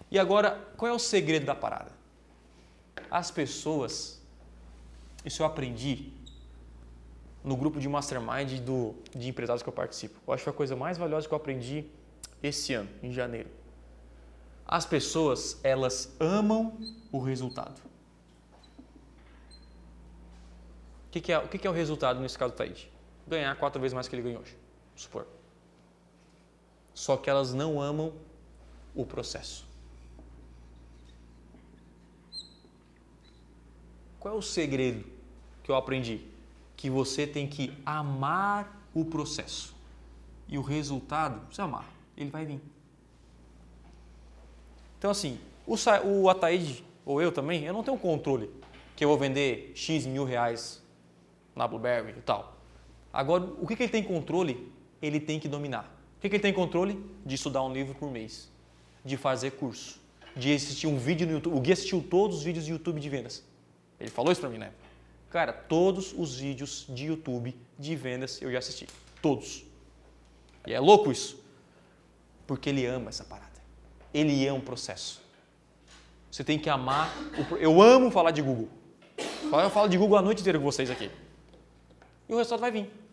E agora, qual é o segredo da parada? As pessoas, isso eu aprendi no grupo de mastermind de empresários que eu participo. Eu acho que foi a coisa mais valiosa que eu aprendi esse ano, em janeiro. As pessoas, elas amam o resultado. O que é o resultado nesse caso do Taíde? Ganhar 4 vezes mais que ele ganhou hoje, vamos supor. Só que elas não amam o processo. Qual é o segredo que eu aprendi? Que você tem que amar o processo. E o resultado, você amar, ele vai vir. Então assim, o Ataíde, ou eu também, eu não tenho controle que eu vou vender X mil reais na Blueberry e tal. Agora, o que ele tem controle? Ele tem que dominar. O que ele tem controle? De estudar um livro por mês, de fazer curso, de assistir um vídeo no YouTube. O Gui assistiu todos os vídeos de YouTube de vendas. Ele falou isso pra mim, né? Cara, todos os vídeos de YouTube de vendas eu já assisti. Todos. E é louco isso. Porque ele ama essa parada. Ele ama o processo. Você tem que amar. Eu amo falar de Google. Eu falo de Google a noite inteira com vocês aqui. E o resultado vai vir.